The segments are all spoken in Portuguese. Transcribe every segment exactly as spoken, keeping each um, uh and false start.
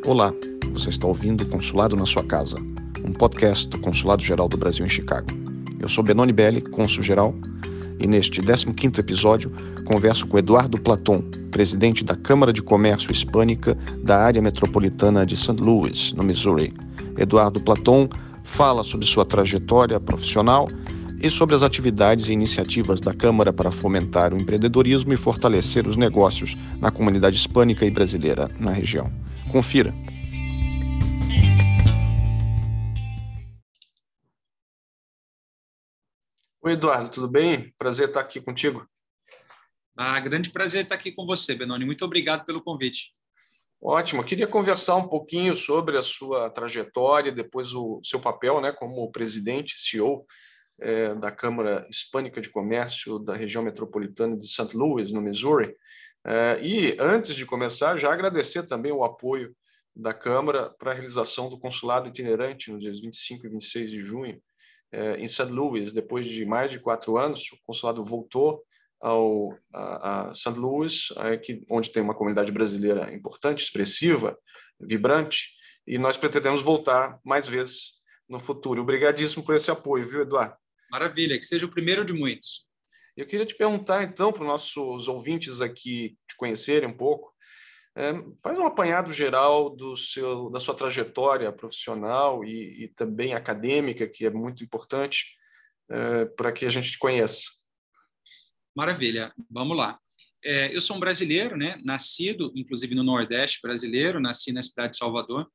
Olá, você está ouvindo Consulado na Sua Casa, um podcast do Consulado Geral do Brasil em Chicago. Eu sou Benoni Belli, cônsul-geral, e neste décimo quinto episódio converso com Eduardo Platon, presidente da Câmara de Comércio Hispânica da área metropolitana de Saint Louis, no Missouri. Eduardo Platon fala sobre sua trajetória profissional e sobre as atividades e iniciativas da Câmara para fomentar o empreendedorismo e fortalecer os negócios na comunidade hispânica e brasileira na região. Confira. Oi, Eduardo, tudo bem? Prazer estar aqui contigo. Ah, grande prazer estar aqui com você, Benoni. Muito obrigado pelo convite. Ótimo. Eu queria conversar um pouquinho sobre a sua trajetória, depois o seu papel, né, como presidente, C E O é, da Câmara Hispânica de Comércio da região metropolitana de Saint Louis, no Missouri. É, e, antes de começar, já agradecer também o apoio da Câmara para a realização do consulado itinerante nos dias vinte e cinco e vinte e seis de junho, é, em Saint Louis. Depois de mais de quatro anos, o consulado voltou ao, a, a Saint Louis, é, que, onde tem uma comunidade brasileira importante, expressiva, vibrante, e nós pretendemos voltar mais vezes no futuro. Obrigadíssimo por esse apoio, viu, Eduardo? Maravilha, que seja o primeiro de muitos. Eu queria te perguntar, então, para os nossos ouvintes aqui te conhecerem um pouco, é, faz um apanhado geral do seu, da sua trajetória profissional e, e também acadêmica, que é muito importante, é, para que a gente te conheça. Maravilha, vamos lá. É, eu sou um brasileiro, né? Nascido, inclusive, no Nordeste brasileiro, nasci na cidade de Salvador,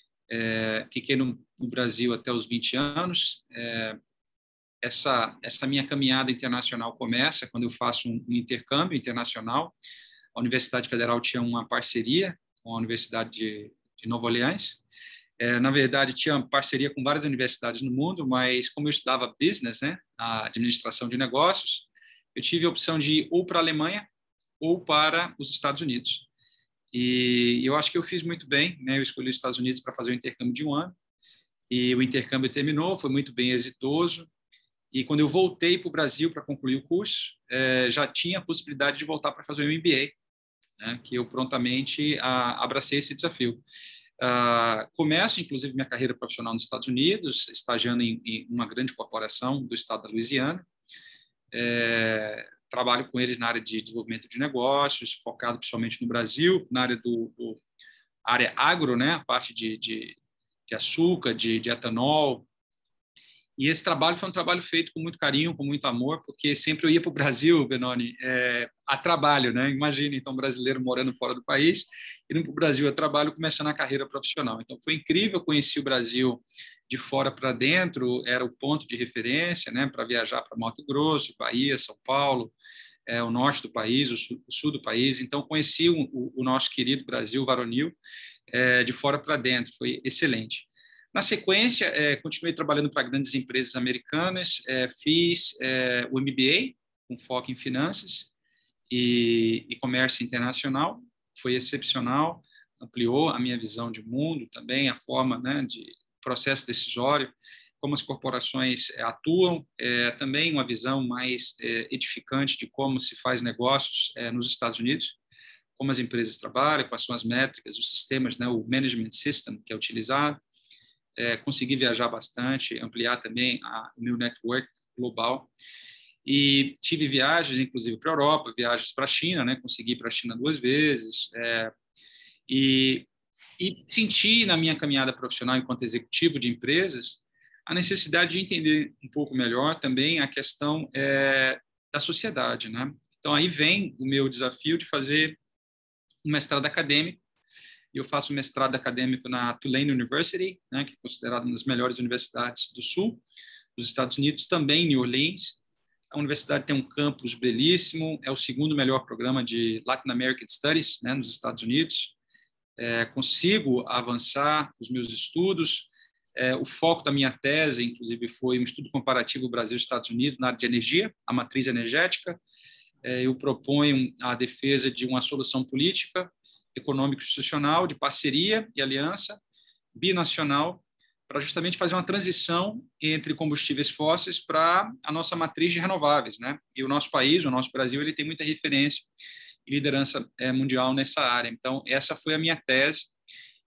é, fiquei no, no Brasil até os vinte anos. É, essa, essa minha caminhada internacional começa quando eu faço um, um intercâmbio internacional. A Universidade Federal tinha uma parceria com a Universidade de, de Nova Orleans. É, na verdade, tinha parceria com várias universidades no mundo, mas como eu estudava business, né, a administração de negócios, eu tive a opção de ir ou para a Alemanha ou para os Estados Unidos. E eu acho que eu fiz muito bem, né? Eu escolhi os Estados Unidos para fazer o intercâmbio de um ano, e o intercâmbio terminou, foi muito bem exitoso. E quando eu voltei para o Brasil para concluir o curso, é, já tinha a possibilidade de voltar para fazer o M B A, né, que eu prontamente a, abracei esse desafio. Uh, começo, inclusive, minha carreira profissional nos Estados Unidos, estagiando em, em uma grande corporação do estado da Louisiana. É, trabalho com eles na área de desenvolvimento de negócios, focado principalmente no Brasil, na área do, do área agro, né, a parte de, de, de açúcar, de, de etanol. E esse trabalho foi um trabalho feito com muito carinho, com muito amor, porque sempre eu ia para o Brasil, Benoni, é, a trabalho, né? Imagina, então, um brasileiro morando fora do país, indo para o Brasil a trabalho, começando a carreira profissional. Então, foi incrível, eu conheci o Brasil de fora para dentro, era o ponto de referência, né, para viajar para Mato Grosso, Bahia, São Paulo, é, o norte do país, o sul, o sul do país. Então, conheci o, o, o nosso querido Brasil varonil é, de fora para dentro, foi excelente. Na sequência, é, continuei trabalhando para grandes empresas americanas, é, fiz é, o M B A, com foco em finanças e, e comércio internacional, foi excepcional, ampliou a minha visão de mundo também, a forma, né, de processo decisório, como as corporações é, atuam, é, também uma visão mais é, edificante de como se faz negócios é, nos Estados Unidos, como as empresas trabalham, quais são as métricas, os sistemas, né, o management system que é utilizado. É, consegui viajar bastante, ampliar também a, o meu network global. E tive viagens, inclusive, para a Europa, viagens para a China, né? Consegui ir para a China duas vezes. É, e, e senti, na minha caminhada profissional enquanto executivo de empresas, a necessidade de entender um pouco melhor também a questão é, da sociedade, né? Então, aí vem o meu desafio de fazer um mestrado acadêmico. Eu faço mestrado acadêmico na Tulane University, né, que é considerada uma das melhores universidades do sul dos Estados Unidos, também em New Orleans. A universidade tem um campus belíssimo, é o segundo melhor programa de Latin American Studies, né, nos Estados Unidos. É, consigo avançar os meus estudos. É, o foco da minha tese, inclusive, foi um estudo comparativo Brasil-Estados Unidos na área de energia, a matriz energética. É, eu proponho a defesa de uma solução política econômico-institucional, de parceria e aliança binacional, para justamente fazer uma transição entre combustíveis fósseis para a nossa matriz de renováveis, né? E o nosso país, o nosso Brasil, ele tem muita referência e liderança é, mundial nessa área. Então, essa foi a minha tese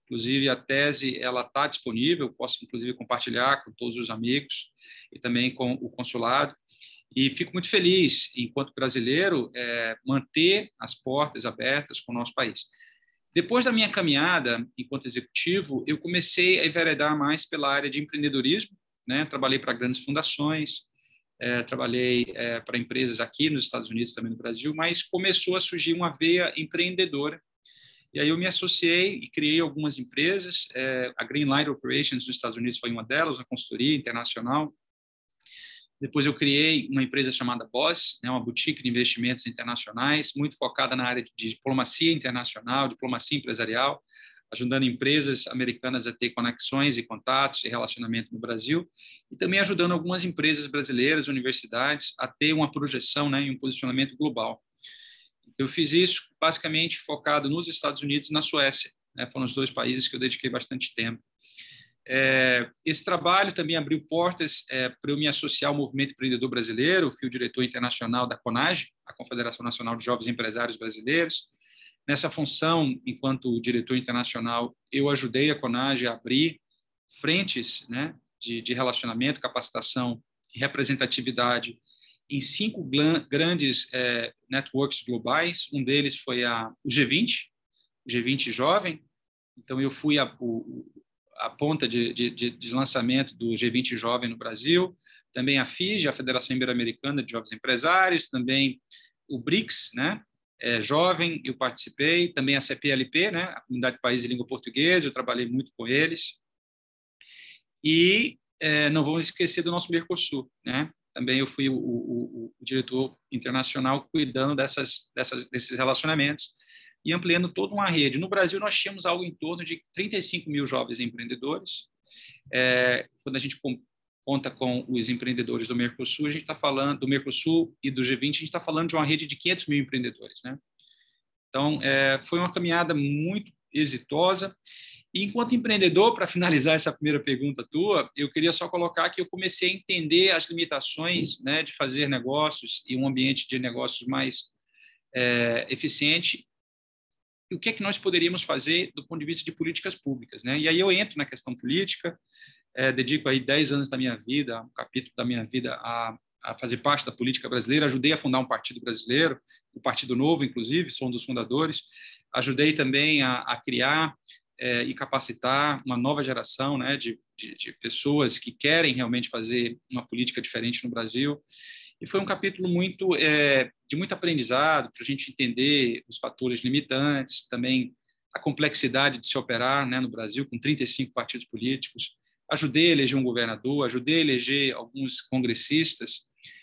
Inclusive, a tese ela está disponível, posso, inclusive, compartilhar com todos os amigos e também com o consulado. E fico muito feliz, enquanto brasileiro, é, manter as portas abertas com o nosso país. Depois da minha caminhada enquanto executivo, eu comecei a enveredar mais pela área de empreendedorismo, né? Trabalhei para grandes fundações, é, trabalhei é, para empresas aqui nos Estados Unidos, também no Brasil, mas começou a surgir uma veia empreendedora. E aí eu me associei e criei algumas empresas. É, a Greenlight Operations nos Estados Unidos foi uma delas, uma consultoria internacional. Depois eu criei uma empresa chamada Boss, né, uma boutique de investimentos internacionais, muito focada na área de diplomacia internacional, diplomacia empresarial, ajudando empresas americanas a ter conexões e contatos e relacionamento no Brasil, e também ajudando algumas empresas brasileiras, universidades, a ter uma projeção, né, e um posicionamento global. Então, eu fiz isso basicamente focado nos Estados Unidos e na Suécia, né, foram os dois países que eu dediquei bastante tempo. É, esse trabalho também abriu portas é, para eu me associar ao movimento empreendedor brasileiro. Fui o diretor internacional da CONAGE, a Confederação Nacional de Jovens Empresários Brasileiros. Nessa função, enquanto diretor internacional, eu ajudei a CONAGE a abrir frentes, né, de, de relacionamento, capacitação e representatividade em cinco grandes é, networks globais. Um deles foi a, o G vinte, o G vinte Jovem. Então, eu fui a, o, a ponta de, de, de lançamento do G vinte Jovem no Brasil, também a FIGE, a Federação Ibero-Americana de Jovens Empresários, também o BRICS, né, é, Jovem, eu participei, também a C P L P, né, a Comunidade de Países de Língua Portuguesa, eu trabalhei muito com eles. E é, não vamos esquecer do nosso Mercosul, né, também eu fui o, o, o diretor internacional cuidando dessas, dessas, desses relacionamentos e ampliando toda uma rede. No Brasil, nós tínhamos algo em torno de trinta e cinco mil jovens empreendedores. É, quando a gente conta com os empreendedores do Mercosul, a gente está falando do Mercosul e do G vinte, a gente está falando de uma rede de quinhentos mil empreendedores, né? Então, é, foi uma caminhada muito exitosa. E, enquanto empreendedor, para finalizar essa primeira pergunta tua, eu queria só colocar que eu comecei a entender as limitações, né, de fazer negócios e um ambiente de negócios mais é, eficiente. E o que é que nós poderíamos fazer do ponto de vista de políticas públicas, né? E aí eu entro na questão política, é, dedico aí dez anos da minha vida, um capítulo da minha vida a, a fazer parte da política brasileira, ajudei a fundar um partido brasileiro, o Partido Novo, inclusive, sou um dos fundadores, ajudei também a, a criar é, e capacitar uma nova geração, né, de, de, de pessoas que querem realmente fazer uma política diferente no Brasil. E foi um capítulo muito é, de muito aprendizado para a gente entender os fatores limitantes, também a complexidade de se operar, né, no Brasil, com trinta e cinco partidos políticos. Ajudei a eleger um governador, ajudei a eleger alguns congressistas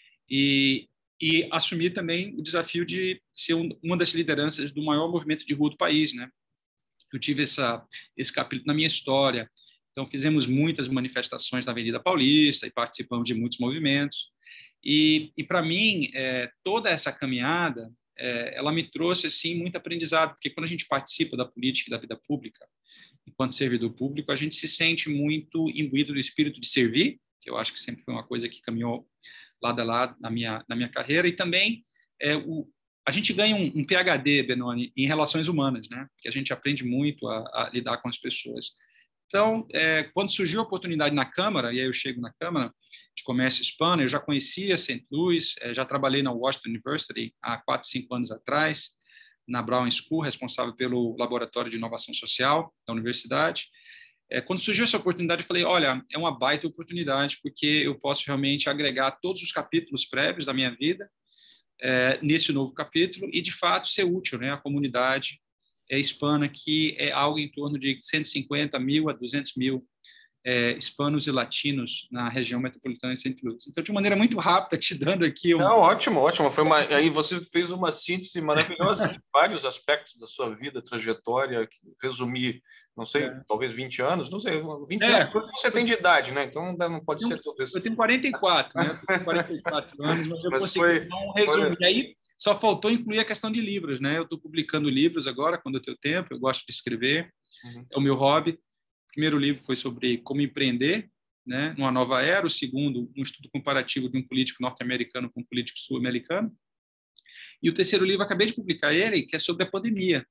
e, e assumi também o desafio de ser um, uma das lideranças do maior movimento de rua do país, né? Eu tive essa, esse capítulo na minha história. Então, fizemos muitas manifestações na Avenida Paulista e participamos de muitos movimentos. E, e para mim, é, toda essa caminhada, é, ela me trouxe assim muito aprendizado, porque quando a gente participa da política e da vida pública, enquanto servidor público, a gente se sente muito imbuído do espírito de servir, que eu acho que sempre foi uma coisa que caminhou lado a lado na minha, na minha carreira, e também é, o, a gente ganha um, um P H D, Benoni, em relações humanas, né? Que a gente aprende muito a, a lidar com as pessoas. Então, é, quando surgiu a oportunidade na Câmara, e aí eu chego na Câmara de Comércio Hispano, eu já conhecia Saint Louis, é, já trabalhei na Washington University há quatro, cinco anos atrás, na Brown School, responsável pelo Laboratório de Inovação Social da universidade. É, quando surgiu essa oportunidade, eu falei, olha, é uma baita oportunidade, porque eu posso realmente agregar todos os capítulos prévios da minha vida é, nesse novo capítulo e, de fato, ser útil, né, à comunidade é, hispana, que é algo em torno de cento e cinquenta mil a duzentos mil é, hispanos e latinos na região metropolitana de Saint Louis. Então, de maneira muito rápida, te dando aqui um... Não, ótimo, ótimo. Foi uma... Aí você fez uma síntese maravilhosa de vários aspectos da sua vida, trajetória, que resumi, não sei, é. talvez vinte anos, não sei, vinte é, anos. Você tem de idade, né? Então não pode eu, ser tudo isso. Eu tenho quarenta e quatro, né? Eu tenho quarenta e quatro anos, mas eu mas consegui foi, dar um resumo. foi... E aí, só faltou incluir a questão de livros, né? Eu estou publicando livros agora, quando eu tenho tempo, eu gosto de escrever, uhum. É o meu hobby. O primeiro livro foi sobre como empreender, né, numa nova era. O segundo, um estudo comparativo de um político norte-americano com um político sul-americano. E o terceiro livro, acabei de publicar ele, que é sobre a pandemia.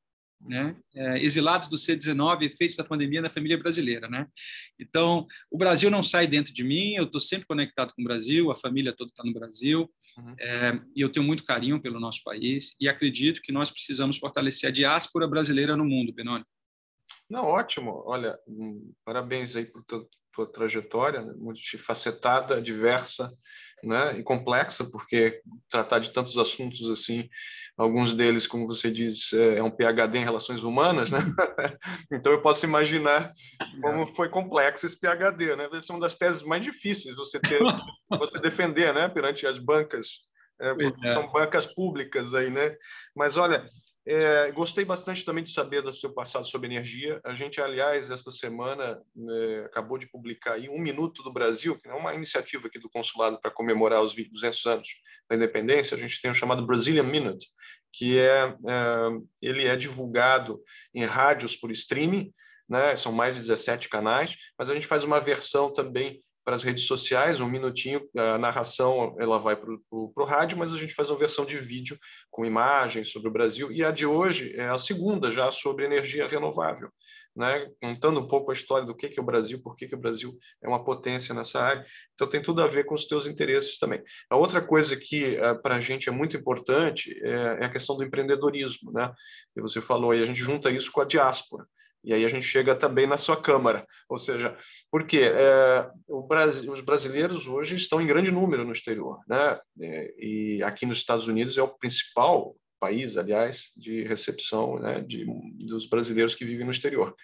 né? É, exilados do C dezenove, efeitos da pandemia na família brasileira, né? Então, o Brasil não sai dentro de mim, eu estou sempre conectado com o Brasil, a família toda está no Brasil, uhum. é, e eu tenho muito carinho pelo nosso país e acredito que nós precisamos fortalecer a diáspora brasileira no mundo, Benoni. Não, ótimo. Olha, parabéns aí por tua, tua trajetória, né? Multifacetada, diversa, né? E complexa, porque tratar de tantos assuntos assim, alguns deles, como você diz, é um P H D em relações humanas, né? Então eu posso imaginar como foi complexo esse P H D, né? Deve ser uma das teses mais difíceis você ter, você defender, né? Perante as bancas, é, porque são bancas públicas aí, né? Mas olha, É, gostei bastante também de saber do seu passado sobre energia. A gente, aliás, esta semana né, acabou de publicar aí Um Minuto do Brasil, que é uma iniciativa aqui do Consulado para comemorar os duzentos anos da independência. A gente tem o chamado Brazilian Minute, que é, é ele é divulgado em rádios por streaming, né? São mais de dezessete canais, mas a gente faz uma versão também para as redes sociais, um minutinho, a narração ela vai para o rádio, mas a gente faz uma versão de vídeo com imagens sobre o Brasil, e a de hoje é a segunda já sobre energia renovável, né? Contando um pouco a história do que é o Brasil, por que, que o Brasil é uma potência nessa área. Então tem tudo a ver com os teus interesses também. A outra coisa que para a gente é muito importante é a questão do empreendedorismo, né? E você falou aí, a gente junta isso com a diáspora. E aí a gente chega também na sua Câmara. Ou seja, por quê? É, o Brasil, os brasileiros hoje estão em grande número no exterior, né? É, e aqui nos Estados Unidos é o principal país, aliás, de recepção, né, de, dos brasileiros que vivem no exterior.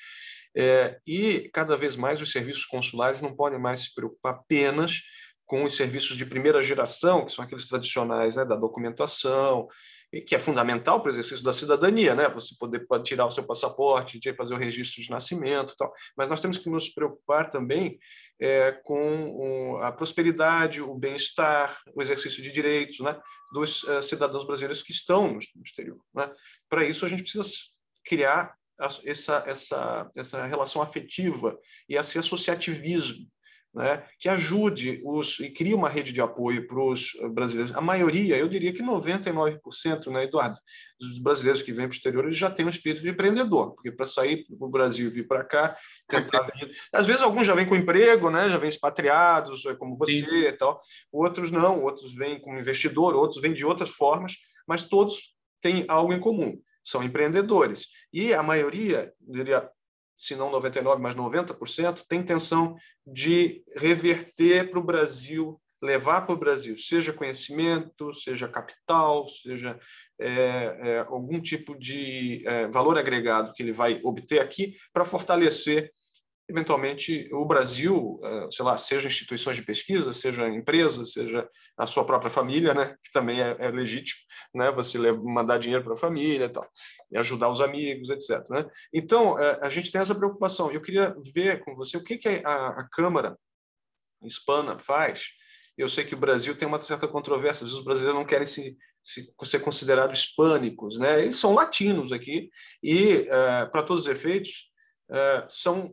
É, e cada vez mais os serviços consulares não podem mais se preocupar apenas com os serviços de primeira geração, que são aqueles tradicionais, né, da documentação, e que é fundamental para o exercício da cidadania, né? Você poder pode tirar o seu passaporte, fazer o registro de nascimento, tal. Mas nós temos que nos preocupar também é, com a prosperidade, o bem-estar, o exercício de direitos, né, dos uh, cidadãos brasileiros que estão no exterior, né? Para isso a gente precisa criar essa essa essa relação afetiva e esse associativismo, né, que ajude os e crie uma rede de apoio para os brasileiros. A maioria, eu diria que noventa e nove por cento, né, Eduardo, dos brasileiros que vêm para o exterior, eles já têm um espírito de empreendedor, porque para sair do Brasil e vir para cá, tentar vir. Às vezes alguns já vêm com emprego, né, já vêm expatriados, como você Sim. e tal. Outros não, outros vêm como investidor, outros vêm de outras formas, mas todos têm algo em comum, são empreendedores. E a maioria, eu diria, se não noventa e nove por cento, mas noventa por cento, tem intenção de reverter para o Brasil, levar para o Brasil, seja conhecimento, seja capital, seja é, é, algum tipo de é, valor agregado que ele vai obter aqui para fortalecer, eventualmente, o Brasil, sei lá, seja instituições de pesquisa, seja empresas, seja a sua própria família, né, que também é, é legítimo, né, você mandar dinheiro para a família e tal, e ajudar os amigos, etcétera, né? Então, a gente tem essa preocupação. Eu queria ver com você o que, que a, a Câmara Hispana faz. Eu sei que o Brasil tem uma certa controvérsia, às vezes os brasileiros não querem se, se ser considerados hispânicos, né? Eles são latinos aqui e, uh, para todos os efeitos, uh, são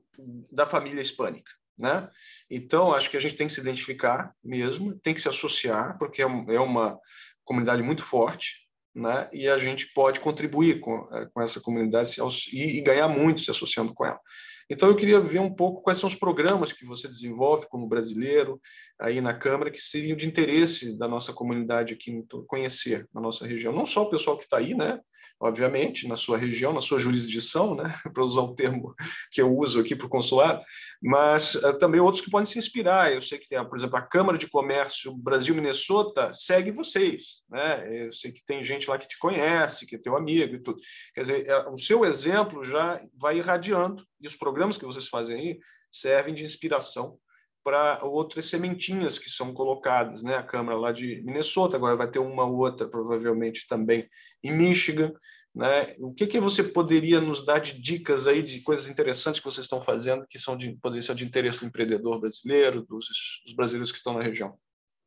da família hispânica, né? Então, acho que a gente tem que se identificar mesmo, tem que se associar, porque é uma comunidade muito forte, né? E a gente pode contribuir com, com essa comunidade e, e ganhar muito se associando com ela. Então, eu queria ver um pouco quais são os programas que você desenvolve como brasileiro aí na Câmara que seriam de interesse da nossa comunidade aqui, conhecer na nossa região. Não só o pessoal que está aí, né? Obviamente, na sua região, na sua jurisdição, né, para usar o termo que eu uso aqui para o consulado, mas uh, também outros que podem se inspirar. Eu sei que tem, por exemplo, a Câmara de Comércio Brasil-Minnesota segue vocês, né? Eu sei que tem gente lá que te conhece, que é teu amigo e tudo. Quer dizer, é, o seu exemplo já vai irradiando, e os programas que vocês fazem aí servem de inspiração para outras sementinhas que são colocadas, né? A Câmara lá de Minnesota, agora vai ter uma outra, provavelmente também em Michigan, né? O que que você poderia nos dar de dicas aí de coisas interessantes que vocês estão fazendo que são de, poderiam ser de interesse do empreendedor brasileiro, dos, dos brasileiros que estão na região?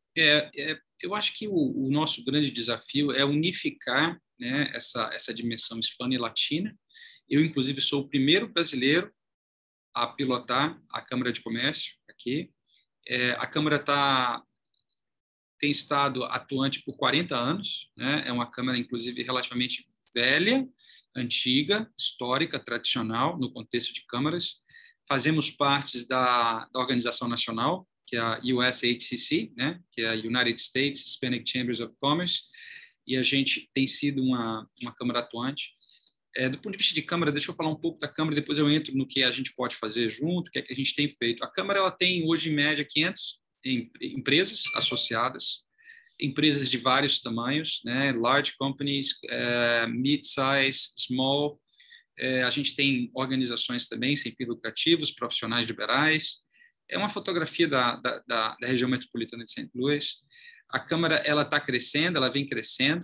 É, é, eu acho que o, o nosso grande desafio é unificar, né, essa, essa dimensão hispana e latina. Eu, inclusive, sou o primeiro brasileiro a pilotar a Câmara de Comércio aqui. É, a Câmara tá, tem estado atuante por quarenta anos, né? É uma Câmara, inclusive, relativamente velha, antiga, histórica, tradicional, no contexto de câmaras. Fazemos parte da, da organização nacional, que é a U S H C C, né? Que é a United States Hispanic Chambers of Commerce, e a gente tem sido uma, uma câmara atuante. É, do ponto de vista de Câmara, deixa eu falar um pouco da Câmara, depois eu entro no que a gente pode fazer junto, o que é que a gente tem feito. A Câmara ela tem hoje, em média, quinhentas em, empresas associadas, empresas de vários tamanhos, né? Large companies, é, mid-size, small. É, a gente tem organizações também sem fins lucrativos, profissionais liberais. É uma fotografia da, da, da, da região metropolitana de Saint Louis. A Câmara ela está crescendo, ela vem crescendo.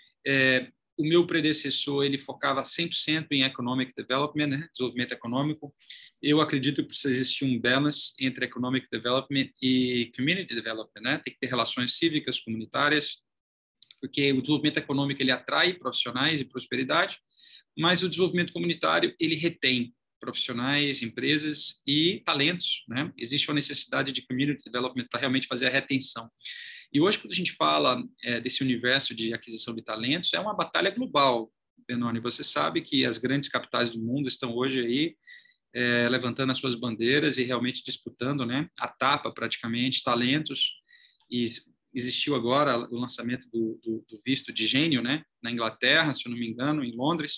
É, o meu predecessor ele focava cem por cento em economic development, né? Desenvolvimento econômico. Eu acredito que precisa existir um balance entre economic development e community development, né? Tem que ter relações cívicas, comunitárias, porque o desenvolvimento econômico ele atrai profissionais e prosperidade, mas o desenvolvimento comunitário ele retém profissionais, empresas e talentos, né? Existe uma necessidade de community development para realmente fazer a retenção. E hoje, quando a gente fala é, desse universo de aquisição de talentos, é uma batalha global, Benoni. Você sabe que as grandes capitais do mundo estão hoje aí é, levantando as suas bandeiras e realmente disputando, né, a tapa, praticamente, talentos. E existiu agora o lançamento do, do, do visto de gênio, né, na Inglaterra, se eu não me engano, em Londres.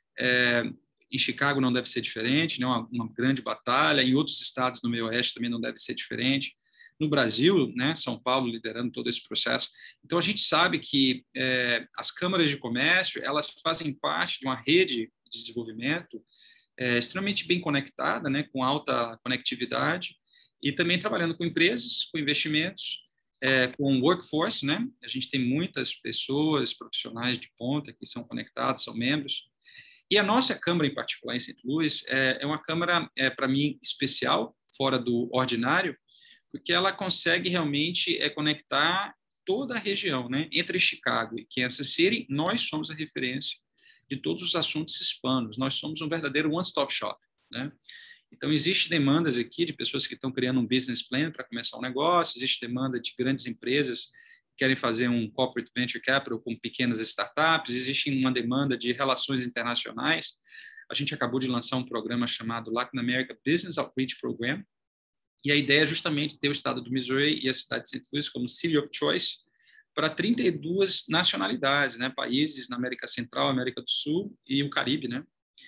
É, em Chicago não deve ser diferente, né, uma, uma grande batalha. Em outros estados do meio oeste também não deve ser diferente. No Brasil, né, São Paulo liderando todo esse processo. Então, a gente sabe que é, as câmaras de comércio, elas fazem parte de uma rede de desenvolvimento é, extremamente bem conectada, né, com alta conectividade, e também trabalhando com empresas, com investimentos, é, com workforce, né? A gente tem muitas pessoas, profissionais de ponta que são conectados, são membros. E a nossa Câmara, em particular, em Saint Louis, é, é uma Câmara, é, para mim, especial, fora do ordinário, porque ela consegue realmente é, conectar toda a região, né? Entre Chicago e Kansas City, nós somos a referência de todos os assuntos hispanos, nós somos um verdadeiro one-stop shop, né? Então, existe demandas aqui de pessoas que estão criando um business plan para começar um negócio, existe demanda de grandes empresas que querem fazer um corporate venture capital com pequenas startups, existe uma demanda de relações internacionais. A gente acabou de lançar um programa chamado Latin America Business Outreach Program, e a ideia é justamente ter o estado do Missouri e a cidade de Saint Louis como City of Choice para trinta e duas nacionalidades, né? Países na América Central, América do Sul e o Caribe, né?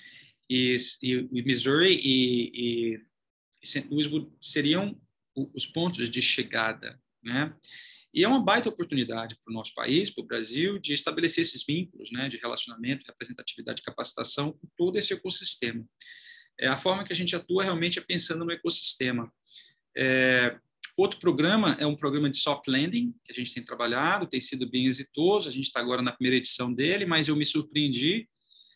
E, e, e Missouri e, e, e Saint Louis seriam os pontos de chegada, né? E é uma baita oportunidade para o nosso país, para o Brasil, de estabelecer esses vínculos, né? De relacionamento, representatividade e capacitação com todo esse ecossistema. É, a forma que a gente atua realmente é pensando no ecossistema. É, outro programa é um programa de soft landing, que a gente tem trabalhado, tem sido bem exitoso, a gente está agora na primeira edição dele, mas eu me surpreendi,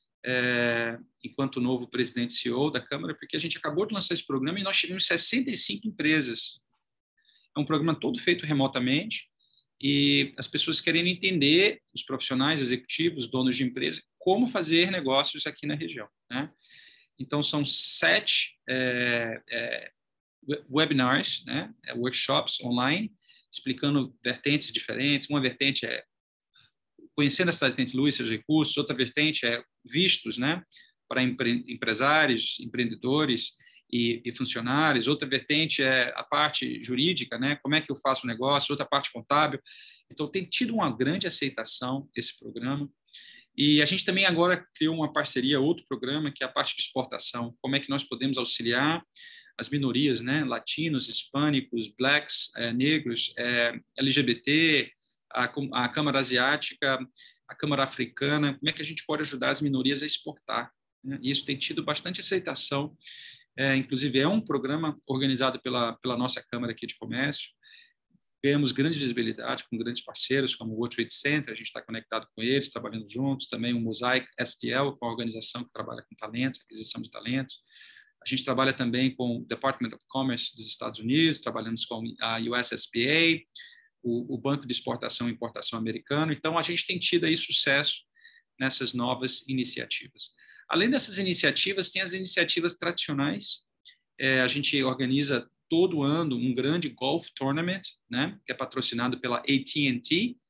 é, enquanto novo presidente C E O da Câmara, porque a gente acabou de lançar esse programa e nós tivemos sessenta e cinco empresas. É um programa todo feito remotamente e as pessoas querem entender, os profissionais, executivos, donos de empresa, como fazer negócios aqui na região, né? Então, são sete é, é, webinars, né, workshops online, explicando vertentes diferentes. Uma vertente é conhecendo a cidade de Saint Louis, seus recursos. Outra vertente é vistos, né, para empre empresários, empreendedores e, e funcionários. Outra vertente é a parte jurídica, né, como é que eu faço o negócio. Outra parte contábil. Então, tem tido uma grande aceitação esse programa. E a gente também agora criou uma parceria, outro programa, que é a parte de exportação. Como é que nós podemos auxiliar as minorias, né, latinos, hispânicos, blacks, é, negros, é, L G B T, a, a Câmara Asiática, a Câmara Africana, como é que a gente pode ajudar as minorias a exportar, né? E isso tem tido bastante aceitação, é, inclusive é um programa organizado pela, pela nossa Câmara aqui de Comércio. Ganhamos grande visibilidade com grandes parceiros, como o World Trade Center, a gente está conectado com eles, trabalhando juntos, também o Mosaic S T L, com a organização que trabalha com talentos, aquisição de talentos. A gente trabalha também com o Department of Commerce dos Estados Unidos, trabalhamos com a U S S P A, o, o Banco de Exportação e Importação americano. Então, a gente tem tido aí sucesso nessas novas iniciativas. Além dessas iniciativas, tem as iniciativas tradicionais. É, a gente organiza todo ano um grande golf tournament, né, que é patrocinado pela A T and T,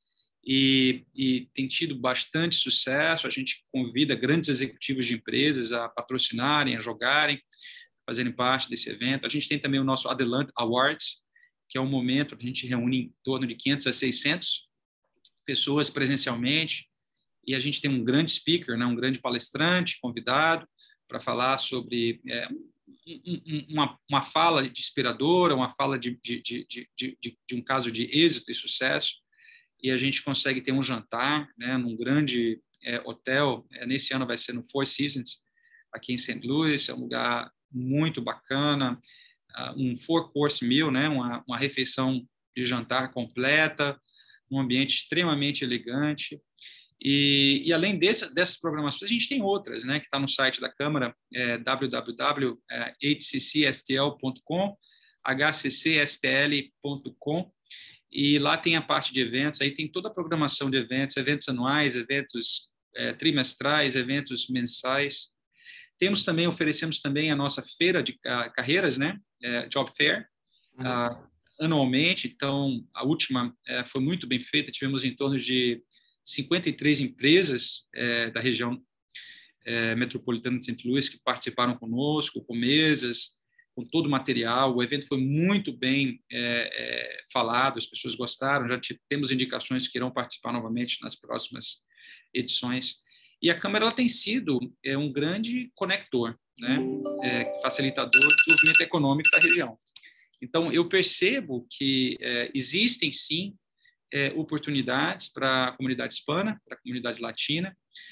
e, e tem tido bastante sucesso. A gente convida grandes executivos de empresas a patrocinarem, a jogarem, fazerem parte desse evento. A gente tem também o nosso Adelant Awards, que é um momento que a gente reúne em torno de quinhentas a seiscentas pessoas presencialmente, e a gente tem um grande speaker, né, um grande palestrante convidado para falar sobre é, uma, uma fala inspiradora, uma fala de, de, de, de, de, de um caso de êxito e sucesso, e a gente consegue ter um jantar, né, num grande é, hotel. É, nesse ano vai ser no Four Seasons, aqui em Saint Louis. É um lugar muito bacana, uh, um four-course meal, né, uma, uma refeição de jantar completa, um ambiente extremamente elegante. E, e além desse, dessas programações, a gente tem outras, né, que está no site da Câmara, é, w w w ponto h c c s t l ponto com, h c c s t l ponto com, e lá tem a parte de eventos. Aí tem toda a programação de eventos, eventos anuais, eventos é, trimestrais, eventos mensais. Temos também, oferecemos também a nossa feira de carreiras, né, é, Job Fair, uhum. uh, anualmente. Então, a última é, foi muito bem feita, tivemos em torno de cinquenta e três empresas é, da região é, metropolitana de Saint Louis que participaram conosco, com mesas, com todo o material. O evento foi muito bem é, é, falado, as pessoas gostaram, já temos indicações que irão participar novamente nas próximas edições. E a Câmara ela tem sido é, um grande conector, né, é, facilitador do desenvolvimento econômico da região. Então, eu percebo que é, existem, sim, É, oportunidades para a comunidade hispana, para a comunidade latina.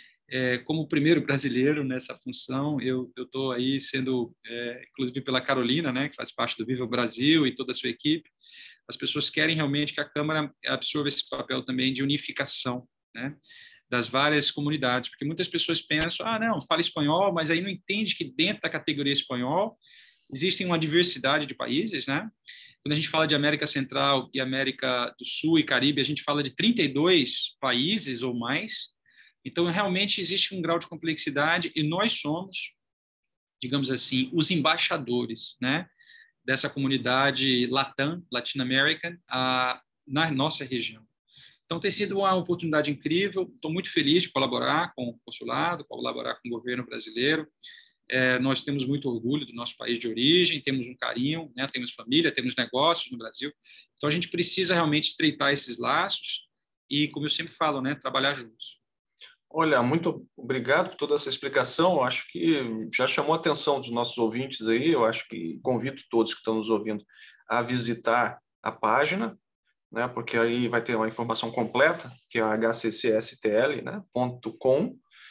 É, como primeiro brasileiro nessa função, eu estou aí sendo, é, inclusive pela Carolina, né, que faz parte do Viva Brasil e toda a sua equipe. As pessoas querem realmente que a Câmara absorva esse papel também de unificação, né, das várias comunidades, porque muitas pessoas pensam, ah, não, fala espanhol, mas aí não entende que dentro da categoria espanhol existe uma diversidade de países, né? Quando a gente fala de América Central e América do Sul e Caribe, a gente fala de trinta e dois países ou mais. Então, realmente existe um grau de complexidade e nós somos, digamos assim, os embaixadores, né, dessa comunidade Latam, Latin American, a, na nossa região. Então, tem sido uma oportunidade incrível. Estou muito feliz de colaborar com o consulado, colaborar com o governo brasileiro. É, nós temos muito orgulho do nosso país de origem, temos um carinho, né? Temos família, temos negócios no Brasil. Então, a gente precisa realmente estreitar esses laços e, como eu sempre falo, né, trabalhar juntos. Olha, muito obrigado por toda essa explicação. Eu acho que já chamou a atenção dos nossos ouvintes aí. Eu acho que convido todos que estão nos ouvindo a visitar a página, né, porque aí vai ter uma informação completa, que é a h c c s t l ponto com.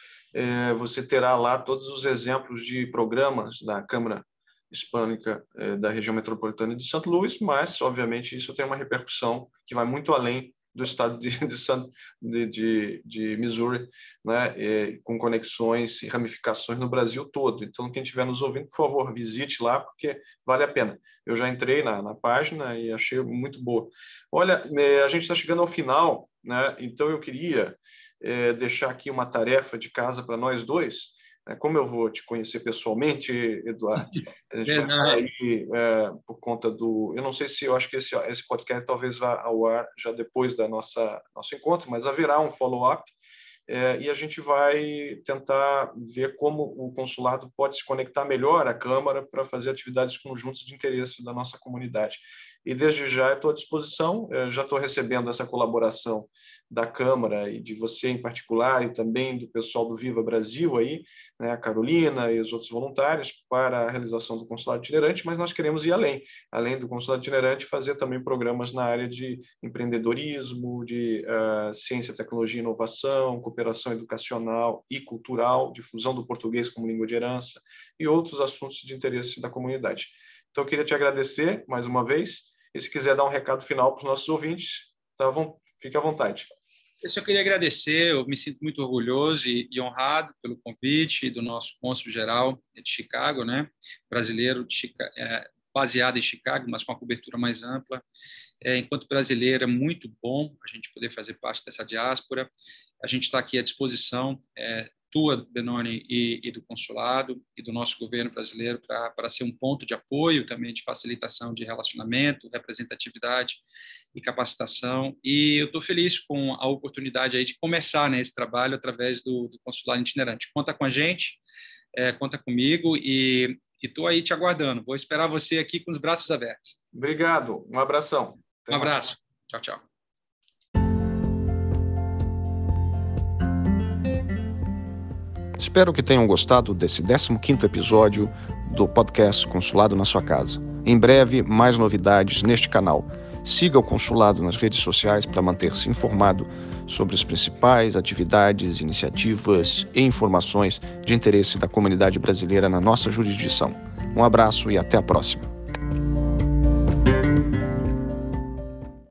É, você terá lá todos os exemplos de programas da Câmara Hispânica é, da região metropolitana de Saint Louis, mas, obviamente, isso tem uma repercussão que vai muito além do estado de, de, de, de Missouri, né, é, com conexões e ramificações no Brasil todo. Então, quem estiver nos ouvindo, por favor, visite lá, porque vale a pena. Eu já entrei na, na página e achei muito boa. Olha, é, a gente está chegando ao final, né, então eu queria É, deixar aqui uma tarefa de casa para nós dois. É, como eu vou te conhecer pessoalmente, Eduardo, a gente vai estar aí é, por conta do... Eu não sei se eu acho que esse, esse podcast talvez vá ao ar já depois da nossa nosso encontro, mas haverá um follow-up é, e a gente vai tentar ver como o consulado pode se conectar melhor à Câmara para fazer atividades conjuntas de interesse da nossa comunidade. E desde já estou à disposição, já estou recebendo essa colaboração da Câmara e de você em particular e também do pessoal do Viva Brasil aí, né, a Carolina e os outros voluntários para a realização do consulado itinerante, mas nós queremos ir além, além do consulado itinerante, fazer também programas na área de empreendedorismo, de uh, ciência, tecnologia e inovação, cooperação educacional e cultural, difusão do português como língua de herança e outros assuntos de interesse da comunidade. Então, eu queria te agradecer mais uma vez. E se quiser dar um recado final para os nossos ouvintes, tá bom? Fique à vontade. Eu só queria agradecer, eu me sinto muito orgulhoso e, e honrado pelo convite do nosso cônsul-geral de Chicago, né? Brasileiro, de Chica, é, baseado em Chicago, mas com uma cobertura mais ampla. É, enquanto brasileiro, é muito bom a gente poder fazer parte dessa diáspora. A gente está aqui à disposição é, tua, Benoni, e, e do consulado e do nosso governo brasileiro para ser um ponto de apoio também, de facilitação de relacionamento, representatividade e capacitação. E eu estou feliz com a oportunidade aí de começar, né, esse trabalho através do, do consulado itinerante. Conta com a gente, é, conta comigo e estou aí te aguardando. Vou esperar você aqui com os braços abertos. Obrigado. Um abração. Até um abraço. Mais. Tchau, tchau. Espero que tenham gostado desse décimo quinto episódio do podcast Consulado na Sua Casa. Em breve, mais novidades neste canal. Siga o Consulado nas redes sociais para manter-se informado sobre as principais atividades, iniciativas e informações de interesse da comunidade brasileira na nossa jurisdição. Um abraço e até a próxima.